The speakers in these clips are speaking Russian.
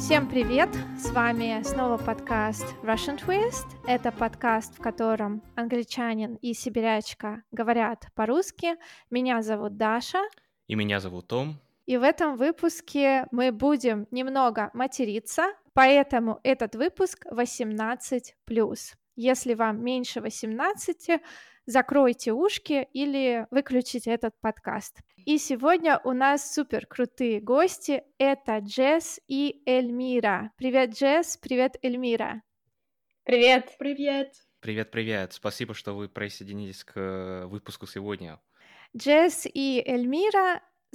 Всем привет! С вами снова подкаст Russian Twist. Это подкаст, в котором англичанин и сибирячка говорят по-русски. Меня зовут Даша. И меня зовут Том. И в этом выпуске мы будем немного материться, поэтому этот выпуск 18+. Если вам меньше 18, закройте ушки или выключите этот подкаст. И сегодня у нас супер крутые гости. Это Джесс и Эльмира. Привет, Джесс, привет, Эльмира. Привет. Привет. Привет. Спасибо, что вы присоединились к выпуску сегодня. Джесс и Эльмира —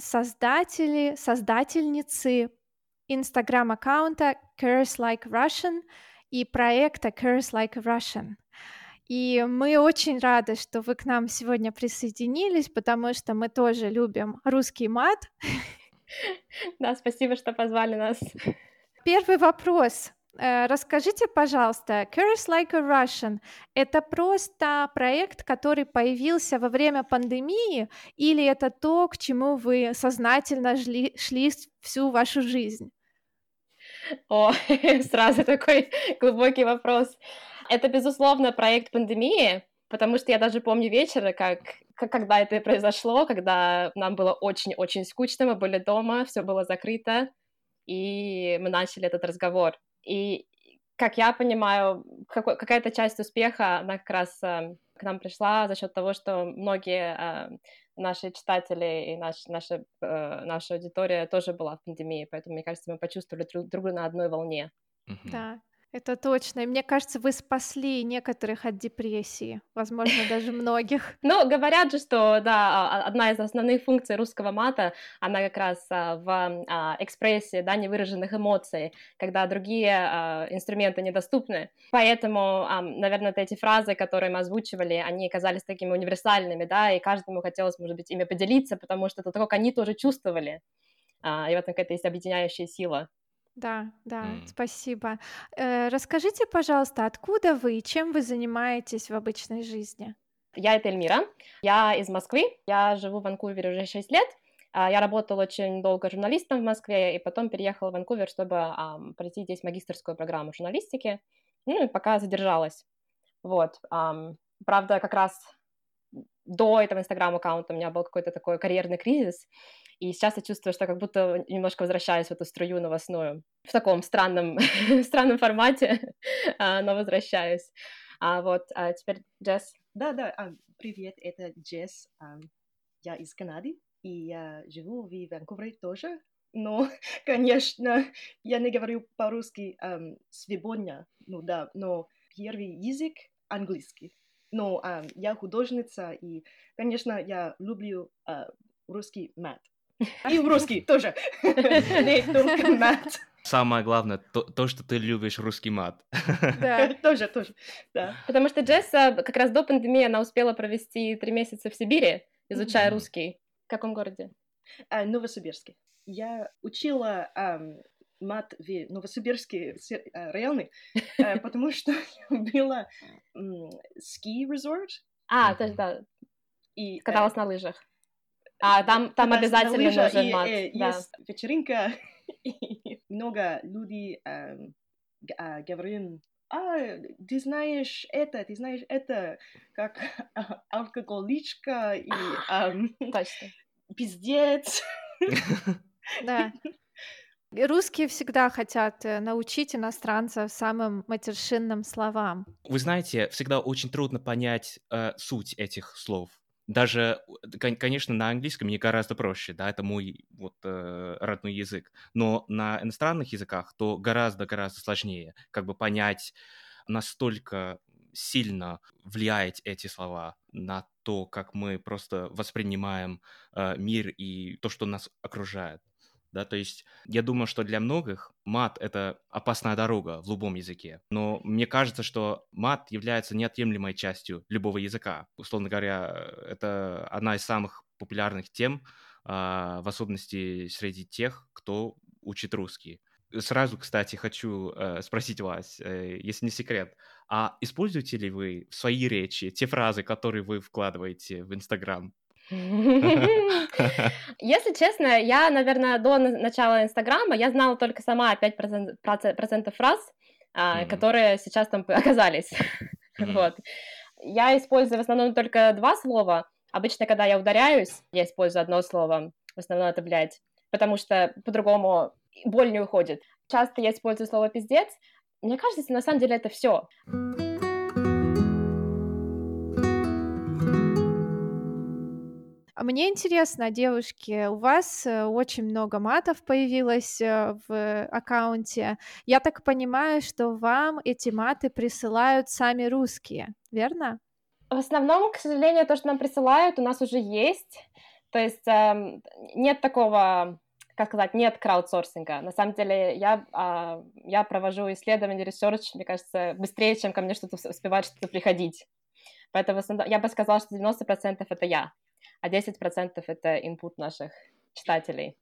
создательницы инстаграм-аккаунта Curse Like Russian и проекта Curse Like Russian. И мы очень рады, что вы к нам сегодня присоединились, потому что мы тоже любим русский мат. Да, спасибо, что позвали нас. Первый вопрос. Расскажите, пожалуйста, Curse Like a Russian — это просто проект, который появился во время пандемии, или это то, к чему вы сознательно шли всю вашу жизнь? О, сразу такой глубокий вопрос. Это, безусловно, проект пандемии, потому что я даже помню вечер, когда это произошло, когда нам было очень-очень скучно, мы были дома, все было закрыто, и мы начали этот разговор. И, как я понимаю, какая-то часть успеха, она как раз к нам пришла за счет того, что многие наши читатели и наша аудитория тоже была в пандемии, поэтому, мне кажется, мы почувствовали друг друга на одной волне. Да, это точно. И мне кажется, вы спасли некоторых от депрессии, возможно, даже многих. Ну, говорят же, что, да, одна из основных функций русского мата, она как раз в экспрессии, да, невыраженных эмоций, когда другие инструменты недоступны. Поэтому, наверное, эти фразы, которые мы озвучивали, они казались такими универсальными, да, и каждому хотелось, может быть, ими поделиться, потому что это то, как они тоже чувствовали, и в этом какая-то есть объединяющая сила. Да, спасибо. Расскажите, пожалуйста, откуда вы и чем вы занимаетесь в обычной жизни? Я это Эльмира, я из Москвы, я живу в Ванкувере уже 6 лет. Я работала очень долго журналистом в Москве, и потом переехала в Ванкувер, чтобы пройти здесь магистерскую программу журналистики, ну и пока задержалась. Вот. Правда, как раз до этого инстаграм-аккаунта у меня был какой-то такой карьерный кризис, и сейчас я чувствую, что как будто немножко возвращаюсь в эту струю новостную. В таком странном формате, но возвращаюсь. Теперь Джесс. Да, привет, это Джесс. Я из Канады, и я живу в Ванкувере тоже. Но, конечно, я не говорю по-русски свободно, но первый язык английский. Но я художница, и, конечно, я люблю русский мат. И русский тоже. Не только мат. Самое главное, то, что ты любишь русский мат. Да, тоже, да. Потому что Джесс как раз до пандемии она успела провести 3 месяца в Сибири, изучая русский. В каком городе? Новосибирске. Я учила мат в Новосибирске районе, потому что была ски-резорт. То есть, да, и каталась на лыжах. Там обязательно нужен мат. Есть вечеринка, и много людей говорят: ты знаешь это, как алкоголичка и Точно. пиздец. Да. Русские всегда хотят научить иностранцев самым матершинным словам. Вы знаете, всегда очень трудно понять суть этих слов. Даже, конечно, на английском мне гораздо проще, да, это мой родной язык, но на иностранных языках то гораздо-гораздо сложнее как бы понять, настолько сильно влияют эти слова на то, как мы просто воспринимаем мир и то, что нас окружает. Да, то есть я думаю, что для многих мат — это опасная дорога в любом языке. Но мне кажется, что мат является неотъемлемой частью любого языка. Условно говоря, это одна из самых популярных тем, в особенности среди тех, кто учит русский. Сразу, кстати, хочу спросить вас, если не секрет, а используете ли вы в своей речи те фразы, которые вы вкладываете в Инстаграм? Если честно, я, наверное, до начала Инстаграма я знала только сама 5% фраз, которые сейчас там оказались. Вот. Я использую в основном только 2 слова. Обычно, когда я ударяюсь, я использую одно слово. В основном это «блядь», потому что по-другому боль не уходит. Часто я использую слово «пиздец». Мне кажется, на самом деле это все. Мне интересно, девушки, у вас очень много матов появилось в аккаунте. Я так понимаю, что вам эти маты присылают сами русские, верно? В основном, к сожалению, то, что нам присылают, у нас уже есть. То есть нет такого, как сказать, нет краудсорсинга. На самом деле я провожу исследования, ресерч, мне кажется, быстрее, чем ко мне что-то успевает что-то приходить. Поэтому я бы сказала, что 90% это я, а 10% это инпут наших читателей.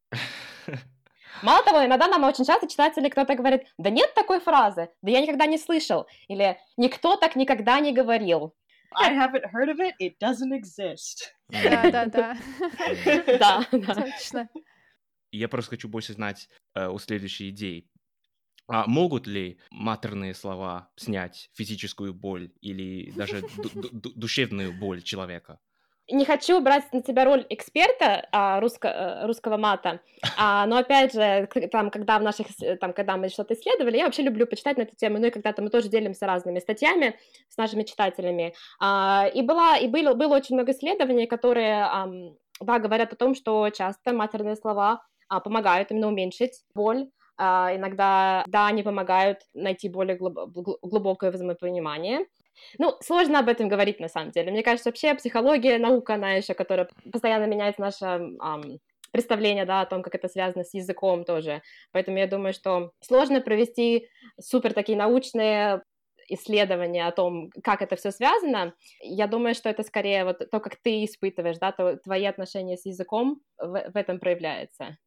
Мало того, иногда нам очень часто читатели кто-то говорит: да нет такой фразы, да я никогда не слышал, или никто так никогда не говорил. I haven't heard of it, it doesn't exist. Да. Да. Точно. Я просто хочу больше знать о следующей идее. Могут ли матерные слова снять физическую боль или даже душевную боль человека? Не хочу брать на себя роль эксперта русского мата, но опять же, когда мы что-то исследовали, я вообще люблю почитать на эту тему, ну и когда-то мы тоже делимся разными статьями с нашими читателями, и было очень много исследований, которые, говорят о том, что часто матерные слова помогают именно уменьшить боль, иногда, они помогают найти более глубокое взаимопонимание. Ну, сложно об этом говорить, на самом деле. Мне кажется, вообще психология, наука, она еще, которая постоянно меняет наше представление, о том, как это связано с языком тоже. Поэтому я думаю, что сложно провести супер такие научные исследования о том, как это все связано. Я думаю, что это скорее вот то, как ты испытываешь, твои отношения с языком в этом проявляется.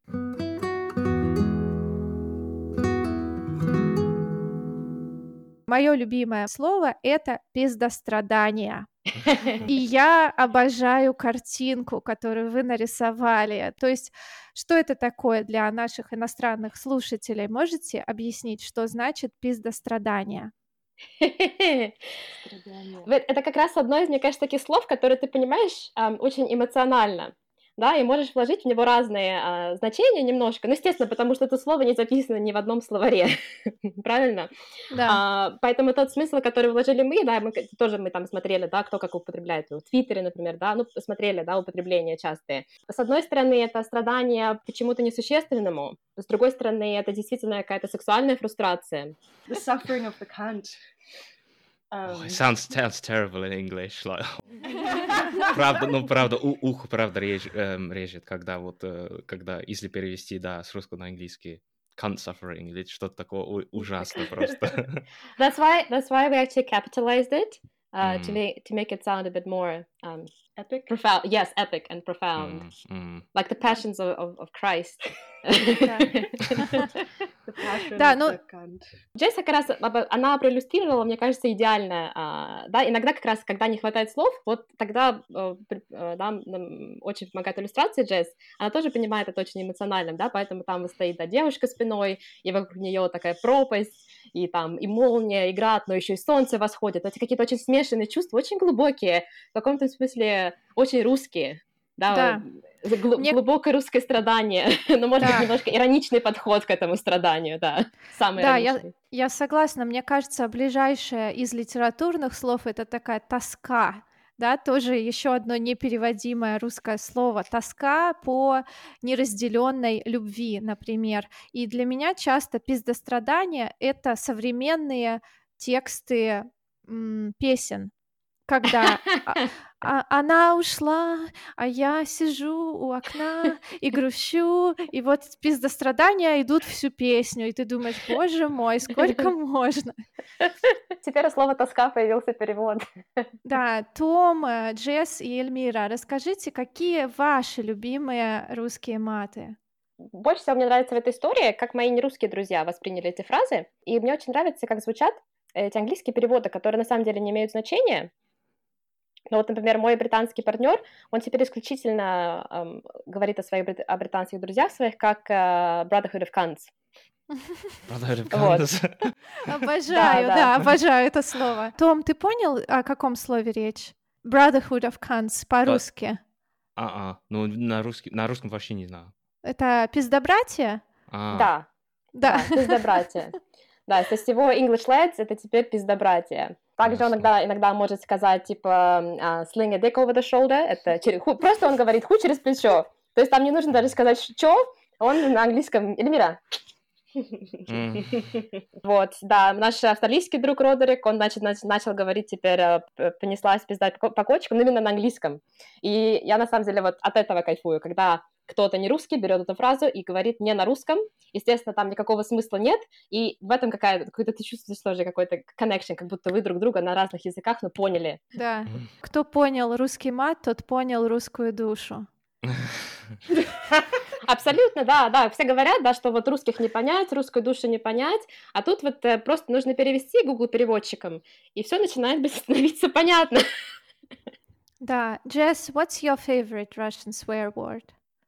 Мое любимое слово — это пиздострадание. И я обожаю картинку, которую вы нарисовали. То есть, что это такое для наших иностранных слушателей? Можете объяснить, что значит пиздострадание? Это как раз одно из, мне кажется, таких слов, которые ты понимаешь очень эмоционально. Да, и можешь вложить в него разные значения немножко. Ну, естественно, потому что это слово не записано ни в одном словаре, правильно? Да. Поэтому тот смысл, который вложили мы там смотрели, кто как употребляет. В Твиттере, например, смотрели, употребления частые. С одной стороны, это страдание почему-то несущественному, с другой стороны, это действительно какая-то сексуальная фрустрация. The suffering of the cunt. It sounds terrible in English. Like... правда, ухо, правда, режет, когда, если перевести, с русского на английский, cunt suffering, или что-то такое ужасное просто. That's why we actually capitalized it, to make it sound a bit more epic? Profound. Yes, epic and profound. Like the passions of Christ. Джесс как раз, она проиллюстрировала, мне кажется, идеально, иногда как раз, когда не хватает слов, вот тогда нам очень помогает иллюстрация Джесс, она тоже понимает это очень эмоционально, поэтому там стоит девушка спиной, и вокруг нее такая пропасть, и там и молния играет, но еще и солнце восходит, эти какие-то очень смешанные чувства, очень глубокие, в каком-то смысле очень русские. Глубокое русское страдание, но, может быть, немножко ироничный подход к этому страданию, самый ироничный. Я согласна, мне кажется, ближайшее из литературных слов — это такая тоска, тоже еще одно непереводимое русское слово, тоска по неразделенной любви, например, и для меня часто пиздострадание — это современные тексты песен, когда она ушла, а я сижу у окна и грущу, и вот пиздострадания идут всю песню, и ты думаешь, боже мой, сколько можно? Теперь слово «тоска» появился перевод. Да, Том, Джесс и Эльмира, расскажите, какие ваши любимые русские маты? Больше всего мне нравится в этой истории, как мои нерусские друзья восприняли эти фразы, и мне очень нравится, как звучат эти английские переводы, которые на самом деле не имеют значения, Но вот, например, мой британский партнер, он теперь исключительно говорит о британских друзьях своих как brotherhood of cunts. Вот. Обожаю, да, обожаю это слово. Том, ты понял, о каком слове речь? Brotherhood of cunts по-русски. Ну на русском вообще не знаю. Это пиздобратье? Да, пиздобратье. Да, то есть его English lads — это теперь пиздобратье. Также он иногда может сказать, типа, sling a dick over the shoulder, это просто он говорит хуй через плечо. То есть там не нужно даже сказать «чё», он на английском «Эльмира». Вот, да, наш австралийский друг Родерик, он начал говорить теперь «понеслась пизда по кочкам», но именно на английском. И я на самом деле вот от этого кайфую, когда кто-то не русский берет эту фразу и говорит не на русском, естественно, там никакого смысла нет, и в этом какой-то ты чувствуешь тоже какой-то connection, как будто вы друг друга на разных языках, но поняли. Да, кто понял русский мат, тот понял русскую душу. Абсолютно, да, все говорят, да, что вот русских не понять, русскую душу не понять, а тут вот просто нужно перевести Google переводчиком, и все начинает становиться понятно. Да, Jess, what's your favorite Russian swear word?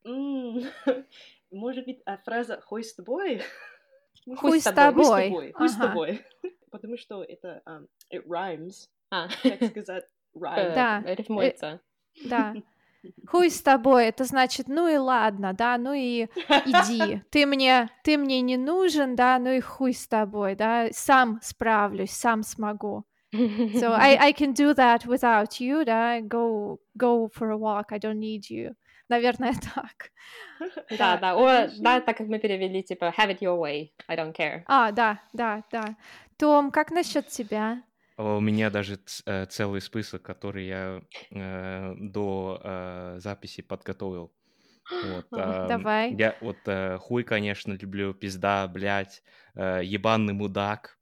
Может быть, фраза «хуй с тобой»? Хуй с тобой. Хуй с тобой. Потому что это it rhymes. Как сказать rhyme? Да. Рифмуется. Да. Хуй с тобой, это значит, ну и ладно, да, ну и иди. Ты мне не нужен, да, ну и хуй с тобой, да, сам справлюсь, сам смогу. So I can do that without you, да, go for a walk, I don't need you. Наверное, так. Да, так как мы перевели, типа, have it your way, I don't care. Да. Том, как насчет тебя? У меня даже целый список, который я до записи подготовил. Вот, Давай. Я вот хуй, конечно, люблю, пизда, блядь, ебаный мудак,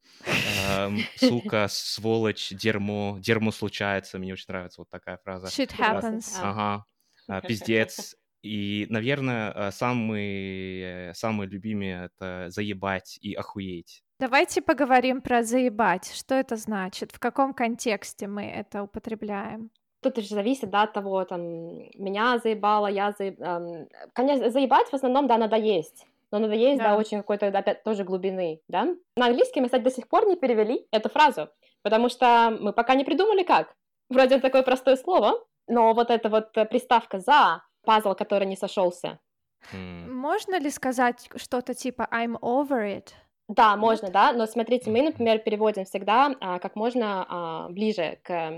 сука, сволочь, дерьмо случается, мне очень нравится вот такая фраза. Shit happens. Ага, пиздец. И, наверное, самые любимые — это заебать и охуеть. Давайте поговорим про заебать. Что это значит? В каком контексте мы это употребляем? Тут уже зависит, да, от того, там, меня заебало, Конечно, заебать в основном, да, надо есть. Но надо есть, да, очень какой-то, опять, тоже глубины, да. На английский мы, кстати, до сих пор не перевели эту фразу, потому что мы пока не придумали как. Вроде такое простое слово, но вот эта вот приставка «за», пазл, который не сошелся. Можно ли сказать что-то типа «I'm over it»? Да, можно, да, но смотрите, мы, например, переводим всегда как можно ближе,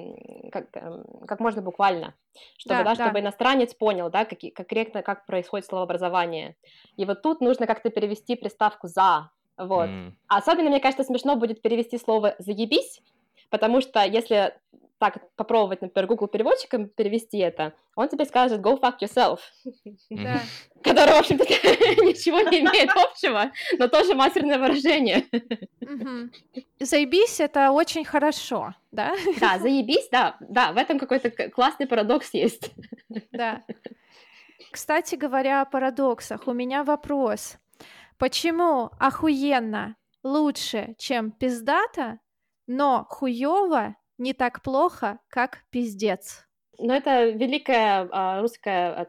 как можно буквально, чтобы, чтобы иностранец понял, да, как корректно, как происходит словообразование. И вот тут нужно как-то перевести приставку «за», вот. Особенно, мне кажется, смешно будет перевести слово «заебись», потому что если так попробовать, например, Google переводчиком перевести это, он тебе скажет «go fuck yourself», который, в общем-то, ничего не имеет общего, но тоже матерное выражение. Заебись — это очень хорошо, да? Да, заебись, да, в этом какой-то классный парадокс есть. Да. Кстати говоря о парадоксах, у меня вопрос. Почему охуенно лучше, чем пиздато, но хуёво не так плохо, как пиздец? Ну, это великая русская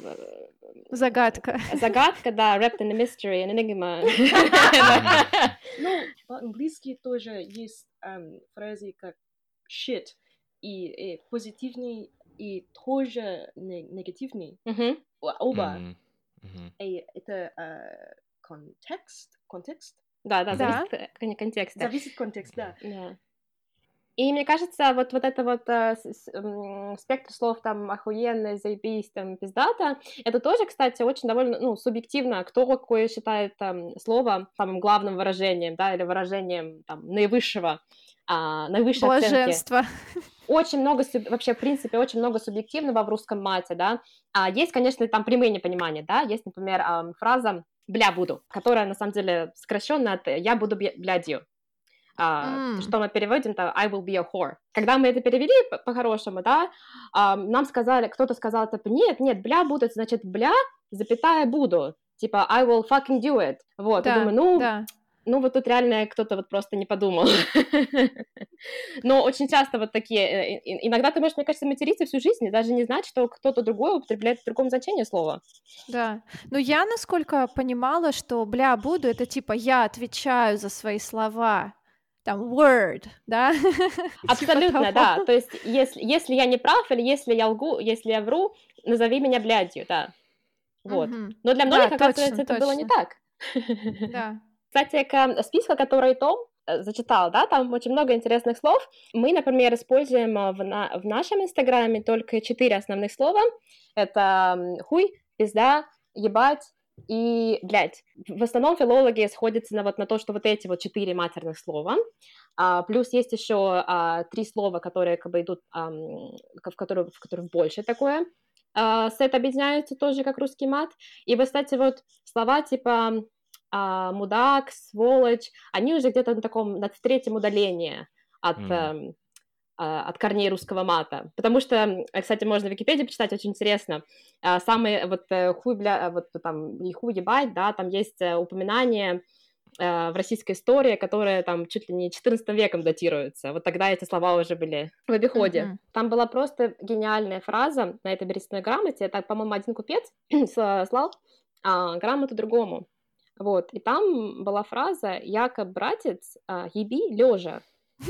загадка. Загадка, да, wrapped in a mystery, an enigma. Ну, по-английски тоже есть фразы как shit, и позитивный, и тоже негативный. Оба. И это контекст? Да, зависит контекст. Зависит контекст, да. И мне кажется, вот это вот спектр слов там охуенно, заебись, там пиздата, это тоже, кстати, очень довольно, субъективно, кто какое считает слово самым главным выражением, да, или выражением там наивысшей блаженство. Оценки. Очень много, вообще, в принципе, очень много субъективного в русском мате, да. Есть, конечно, там прямые непонимания, да, есть, например, фраза «бля буду», которая, на самом деле, сокращенно от «я буду блядью». Что мы переводим-то I will be a whore. Когда мы это перевели по-хорошему, да, нам сказали, кто-то сказал, типа, нет, бля буду, значит, бля, запятая буду, типа, I will fucking do it. Вот, да, я думаю, Ну, вот тут реально кто-то вот просто не подумал. Но очень часто вот такие... Иногда ты можешь, мне кажется, материться всю жизнь и даже не знать, что кто-то другой употребляет в другом значении слова. Да. Но я, насколько понимала, что «бля, буду» — это типа я отвечаю за свои слова. Там word, да? Типа Абсолютно, того. да. То есть если я не прав или если я лгу, если я вру, назови меня блядью, да. Вот. Мгм. Но для Да, многих, оказывается, точно, это было не точно. так. Да. Кстати, к списку, который Том зачитал, да, там очень много интересных слов. Мы, например, используем в нашем Инстаграме только 4 основных слова. Это хуй, пизда, ебать и блядь. В основном филологи сходятся на то, что вот эти вот 4 матерных слова. Плюс есть еще 3 слова, которые как бы идут, в которых больше такое. Сет объединяются тоже как русский мат. И, кстати, вот слова типа мудак, сволочь, они уже где-то в третьем удалении от корней русского мата. Потому что, кстати, можно в Википедии почитать, очень интересно. Самые вот хуй, бля, вот там и хуй ебать, да, там есть упоминание в российской истории, которые там чуть ли не 14 веком датируются. Вот тогда эти слова уже были в обиходе. Мгм. Там была просто гениальная фраза на этой берестяной грамоте. Это, по-моему, один купец слал грамоту другому. Вот, и там была фраза «Яко, братец, еби лежа».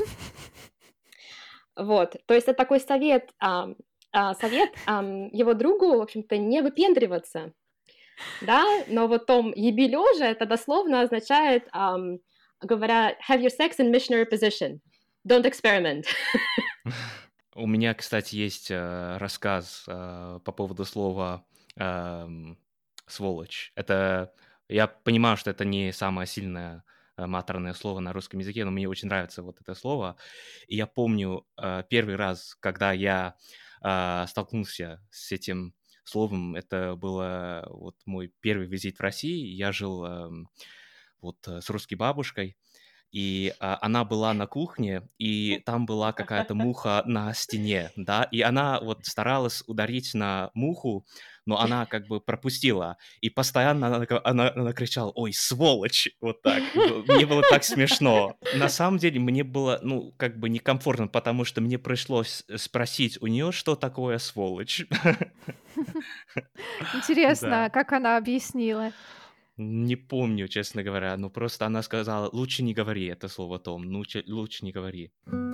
Вот, то есть это такой совет его другу, в общем-то, не выпендриваться, да, но вот том «еби лежа» это дословно означает, говоря «have your sex in missionary position, don't experiment». У меня, кстати, есть рассказ по поводу слова «сволочь». Я понимаю, что это не самое сильное матерное слово на русском языке, но мне очень нравится вот это слово. И я помню первый раз, когда я столкнулся с этим словом, это было вот мой первый визит в Россию. Я жил с русской бабушкой, и она была на кухне, и там была какая-то муха на стене, да, и она вот старалась ударить на муху, но она как бы пропустила, и постоянно она кричала: «Ой, сволочь!» Вот так. Мне было так смешно. На самом деле мне было, как бы некомфортно, потому что мне пришлось спросить у нее, что такое сволочь. Интересно, Да. как она объяснила. Не помню, честно говоря, но просто она сказала: «Лучше не говори это слово, Том, лучше не говори».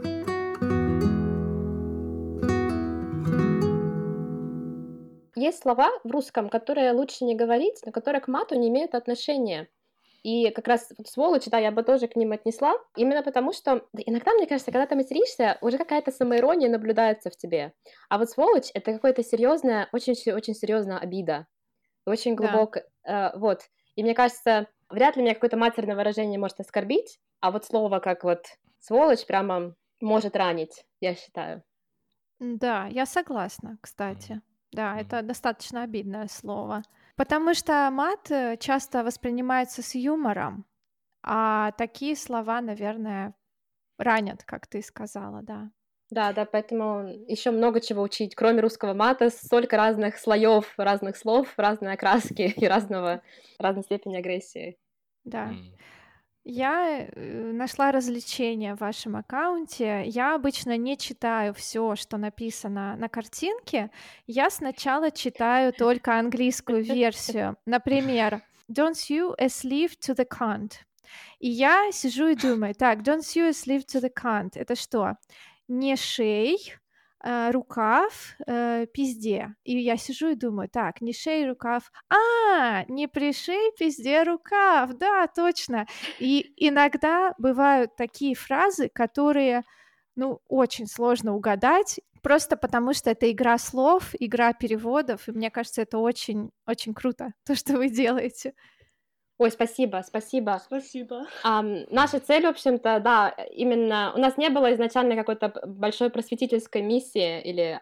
Есть слова в русском, которые лучше не говорить, но которые к мату не имеют отношения. И как раз вот сволочь, да, я бы тоже к ним отнесла, именно потому что иногда, мне кажется, когда ты материшься, уже какая-то самоирония наблюдается в тебе. А вот сволочь — это какая-то серьезная, очень серьезная обида, очень Да. глубокая, вот. И мне кажется, вряд ли меня какое-то матерное выражение может оскорбить, а вот слово как вот сволочь прямо может ранить, я считаю. Да, я согласна, кстати. Мгм. Да, Мгм. это достаточно обидное слово. Потому что мат часто воспринимается с юмором, а такие слова, наверное, ранят, как ты сказала, да. Да, поэтому еще много чего учить. Кроме русского мата, столько разных слоев, разных слов, разной окраски и разной степени агрессии. Да. М. Я нашла развлечение в вашем аккаунте. Я обычно не читаю все, что написано на картинке. Я сначала читаю только английскую версию. Например, «Don't you a sleeve to the cunt». И я сижу и думаю, так, «Don't you a sleeve to the cunt» — это что? Не шей, рукав, пизде. И я сижу и думаю, так, не шей, рукав, не пришей, пизде, рукав, да, точно. И иногда бывают такие фразы, которые, очень сложно угадать, просто потому что это игра слов, игра переводов, и мне кажется, это очень, очень круто, то, что вы делаете. Ой, спасибо. Спасибо. Наша цель, в общем-то, да, именно... У нас не было изначально какой-то большой просветительской миссии, или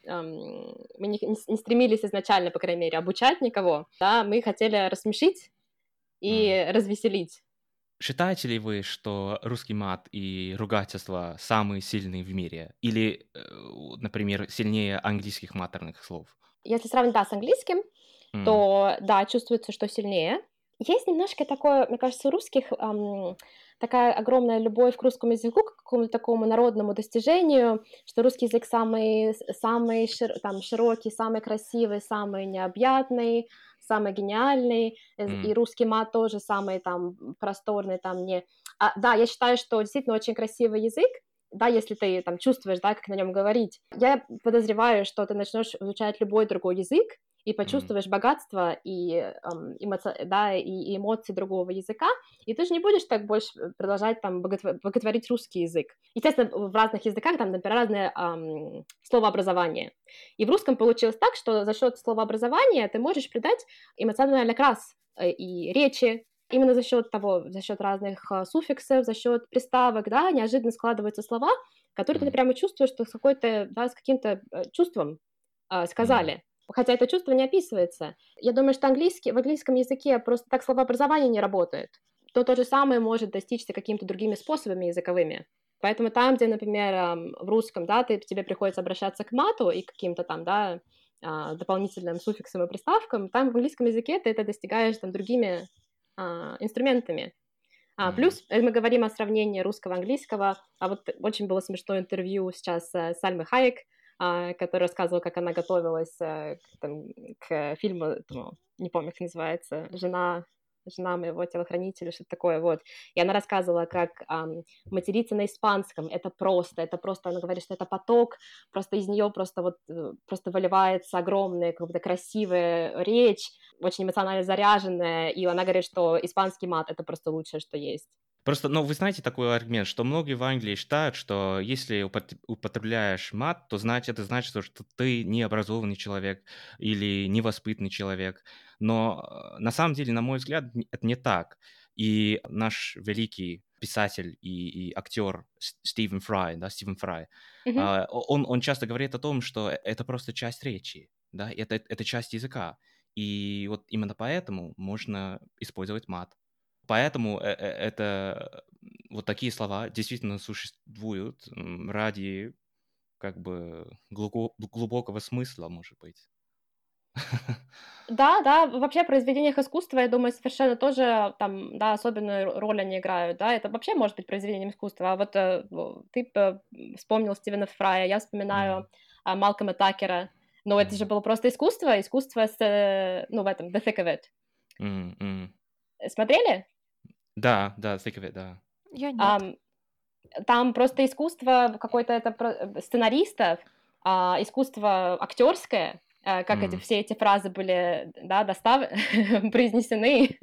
мы не стремились изначально, по крайней мере, обучать никого, да, мы хотели рассмешить и развеселить. Считаете ли вы, что русский мат и ругательство самые сильные в мире? Или, например, сильнее английских матерных слов? Если сравнить, да, с английским, то, да, чувствуется, что сильнее. Есть немножко такое, мне кажется, у русских такая огромная любовь к русскому языку, к какому-то такому народному достижению, что русский язык самый широкий, самый красивый, самый необъятный, самый гениальный, и русский мат тоже самый там просторный, там не... да, я считаю, что действительно очень красивый язык, да, если ты там чувствуешь, да, как на нем говорить. Я подозреваю, что ты начнешь изучать любой другой язык, и почувствуешь богатство и эмоции другого языка, и ты же не будешь так больше продолжать там боготворить русский язык. Естественно, в разных языках там, например, разное словообразование. И в русском получилось так, что за счет словообразования ты можешь придать эмоциональный окрас и речи, именно за счет разных суффиксов, за счет приставок, да, неожиданно складываются слова, которые ты прямо чувствуешь, что с каким-то чувством сказали. Хотя это чувство не описывается. Я думаю, что в английском языке просто так словообразование не работает. То же самое может достичься какими-то другими способами языковыми. Поэтому там, где, например, в русском, да, тебе приходится обращаться к мату и к каким-то там, да, дополнительным суффиксам и приставкам, там в английском языке ты это достигаешь там другими инструментами. Плюс мы говорим о сравнении русского и английского. Вот очень было смешное интервью сейчас с Сальмой Хайек, которая рассказывала, как она готовилась к фильму, не помню, как называется, «Жена моего телохранителя», что-то такое, вот. И она рассказывала, как материться на испанском, это просто, она говорит, что это поток, просто из нее просто выливается огромная, как бы красивая речь, очень эмоционально заряженная, и она говорит, что испанский мат — это просто лучшее, что есть. Просто, вы знаете такой аргумент, что многие в Англии считают, что если употребляешь мат, то это значит, что ты необразованный человек или невоспитанный человек. Но на самом деле, на мой взгляд, это не так. И наш великий писатель и актер Стивен Фрай, он часто говорит о том, что это просто часть речи, да, это часть языка. И вот именно поэтому можно использовать мат. Поэтому это вот такие слова действительно существуют ради как бы глубокого смысла, может быть. Да, вообще в произведениях искусства, я думаю, совершенно тоже там, да, особенную роль они играют, да, это вообще может быть произведением искусства. А вот ты вспомнил Стивена Фрая, я вспоминаю Малкольма Такера, но это же было просто искусство в этом The Thick of It. Смотрели? Да, Thick of It, да. Я нет. Там просто искусство какое-то это сценаристов, искусство актерское, как все эти фразы были, да, произнесены.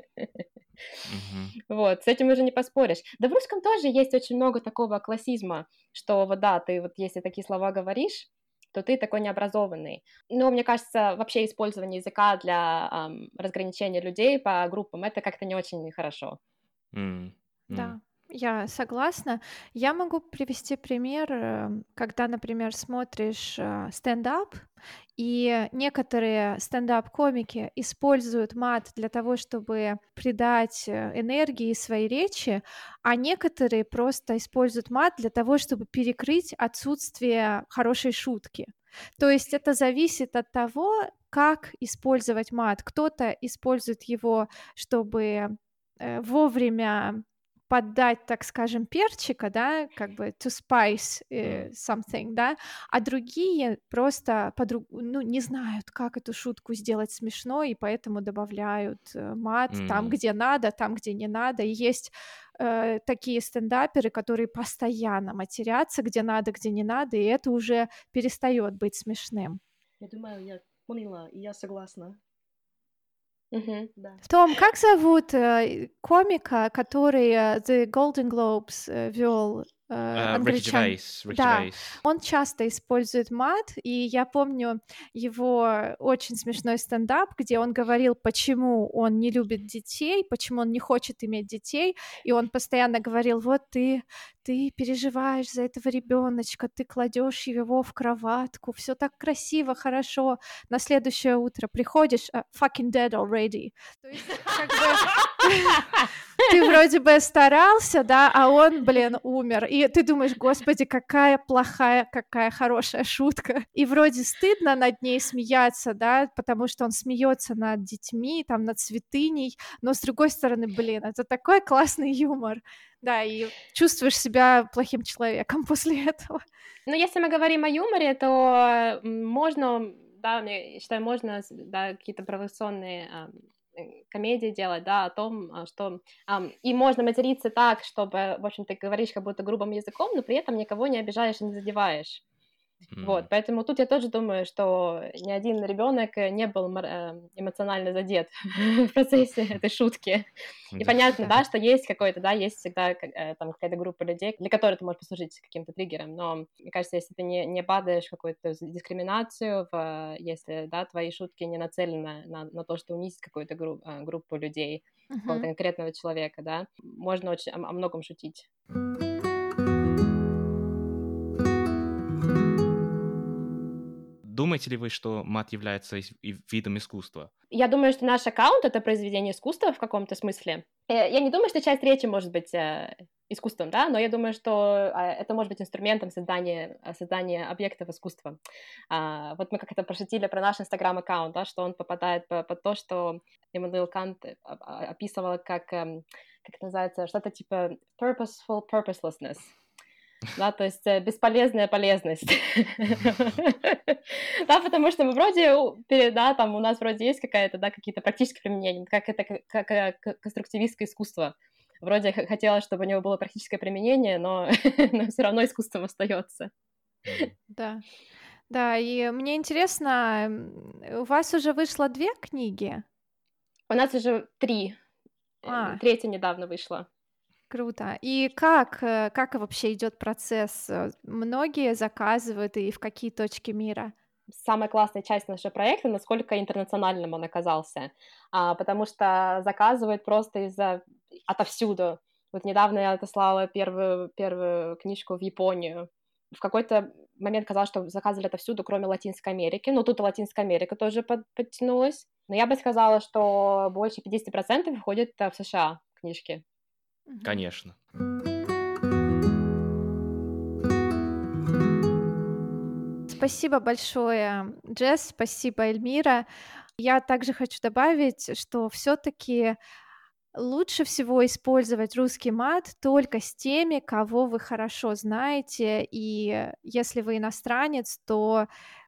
Вот, с этим уже не поспоришь. Да в русском тоже есть очень много такого классизма, что вот да, ты вот если такие слова говоришь, то ты такой необразованный. Но мне кажется, вообще использование языка для разграничения людей по группам, это как-то не очень хорошо. Да, я согласна. Я могу привести пример, когда, например, смотришь стендап, и некоторые стендап-комики используют мат для того, чтобы придать энергии своей речи, а некоторые просто используют мат для того, чтобы перекрыть отсутствие хорошей шутки. То есть это зависит от того, как использовать мат. Кто-то использует его, чтобы вовремя поддать, так скажем, перчика, да, как бы to spice something, да, а другие просто не знают, как эту шутку сделать смешной, и поэтому добавляют мат там, где надо, там, где не надо. И есть такие стендаперы, которые постоянно матерятся, где надо, где не надо, и это уже перестает быть смешным. Я думаю, я поняла, и я согласна. Да. Том, как зовут комика, который The Golden Globes вел? Англичан. Ricky Gervais. Он часто использует мат, и я помню его очень смешной стендап, где он говорил, почему он не любит детей, почему он не хочет иметь детей, и он постоянно говорил, вот ты переживаешь за этого ребеночка, ты кладешь его в кроватку, все так красиво, хорошо, на следующее утро приходишь, fucking dead already. То есть как бы ты вроде бы старался, да, а он, блин, умер. И ты думаешь, господи, какая плохая, какая хорошая шутка. И вроде стыдно над ней смеяться, да, потому что он смеется над детьми, там, над святыней, но с другой стороны, блин, это такой классный юмор. Да, и чувствуешь себя плохим человеком после этого. Ну, если мы говорим о юморе, то можно, да, я считаю, можно, да, какие-то провокационные комедии делать, да, о том, что... и можно материться так, чтобы, в общем, ты говоришь как будто грубым языком, но при этом никого не обижаешь и не задеваешь. Вот, поэтому тут я тоже думаю, что ни один ребенок не был эмоционально задет в процессе этой шутки. И понятно, да, что есть какой-то, да, есть всегда там какая-то группа людей, для которой это может послужить каким-то триггером, но мне кажется, если ты не падаешь в какую-то дискриминацию, если, да, твои шутки не нацелены на то, что унизить какую-то группу людей, какого-то конкретного человека, да, можно очень о многом шутить. Думаете ли вы, что мат является видом искусства? Я думаю, что наш аккаунт — это произведение искусства в каком-то смысле. Я не думаю, что часть речи может быть искусством, да, но я думаю, что это может быть инструментом создания объектов искусства. Вот мы как-то пошутили про наш инстаграм-аккаунт, да, что он попадает под то, что Иммануил Кант описывал как это называется, что-то типа purposeful purposelessness. Да, то есть бесполезная полезность. Да, потому что мы вроде, да, там у нас вроде есть какая-то, да, какие-то практические применения, как конструктивистское искусство. Вроде хотелось, чтобы у него было практическое применение, но все равно искусством остается. Да. Да, и мне интересно, у вас уже вышло 2 книги? У нас уже 3. 3-я недавно вышла. Круто. И как вообще идет процесс? Многие заказывают, и в какие точки мира? Самая классная часть нашего проекта, насколько интернациональным он оказался, потому что заказывают просто отовсюду. Вот недавно я отослала первую книжку в Японию. В какой-то момент казалось, что заказывали отовсюду, кроме Латинской Америки. Но тут и Латинская Америка тоже подтянулась. Но я бы сказала, что больше 50% входит в США книжки. Конечно. Спасибо большое, Джесс, спасибо, Эльмира. Я также хочу добавить, что все-таки лучше всего использовать русский мат только с теми, кого вы хорошо знаете, и если вы иностранец, то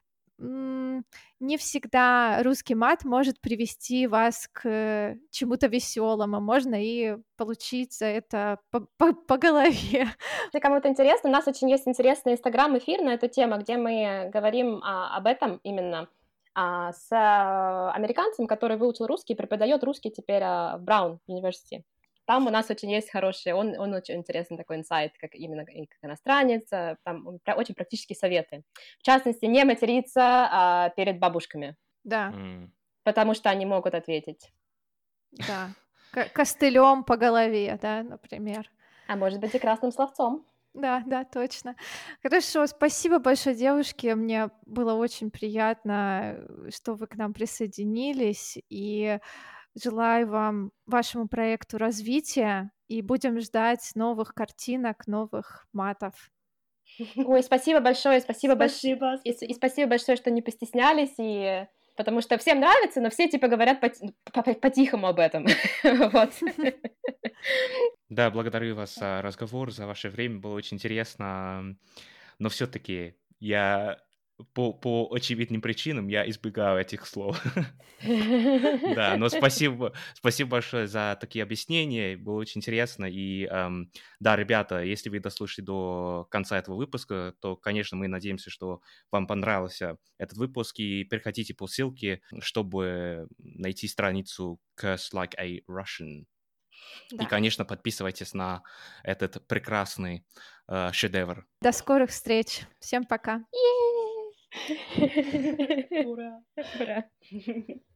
не всегда русский мат может привести вас к чему-то веселому, можно и получить за это по голове. Если кому-то интересно, у нас очень есть интересный инстаграм-эфир на эту тему, где мы говорим об этом именно с американцем, который выучил русский и преподает русский теперь в Браун университете. Там у нас очень есть хороший, он очень интересный такой инсайт, как именно как иностранец, там очень практические советы. В частности, не материться перед бабушками. Да. Потому что они могут ответить. Да. Костылем по голове, да, например. А может быть и красным словцом. Да, точно. Хорошо, спасибо большое, девушки. Мне было очень приятно, что вы к нам присоединились. И желаю вам, вашему проекту развития. И будем ждать новых картинок, новых матов. Ой, спасибо большое, спасибо большое. И спасибо большое, что не постеснялись, и потому что всем нравится, но все типа говорят по-тихому об этом. Вот. Да, благодарю вас за разговор, за ваше время, было очень интересно, но все-таки я по очевидным причинам я избегаю этих слов. Да, но спасибо большое за такие объяснения, было очень интересно. И да, ребята, если вы дослушали до конца этого выпуска, то, конечно, мы надеемся, что вам понравился этот выпуск, и переходите по ссылке, чтобы найти страницу Curse Like a Russian. Да. И, конечно, подписывайтесь на этот прекрасный шедевр. До скорых встреч. Всем пока. Ура! Ура!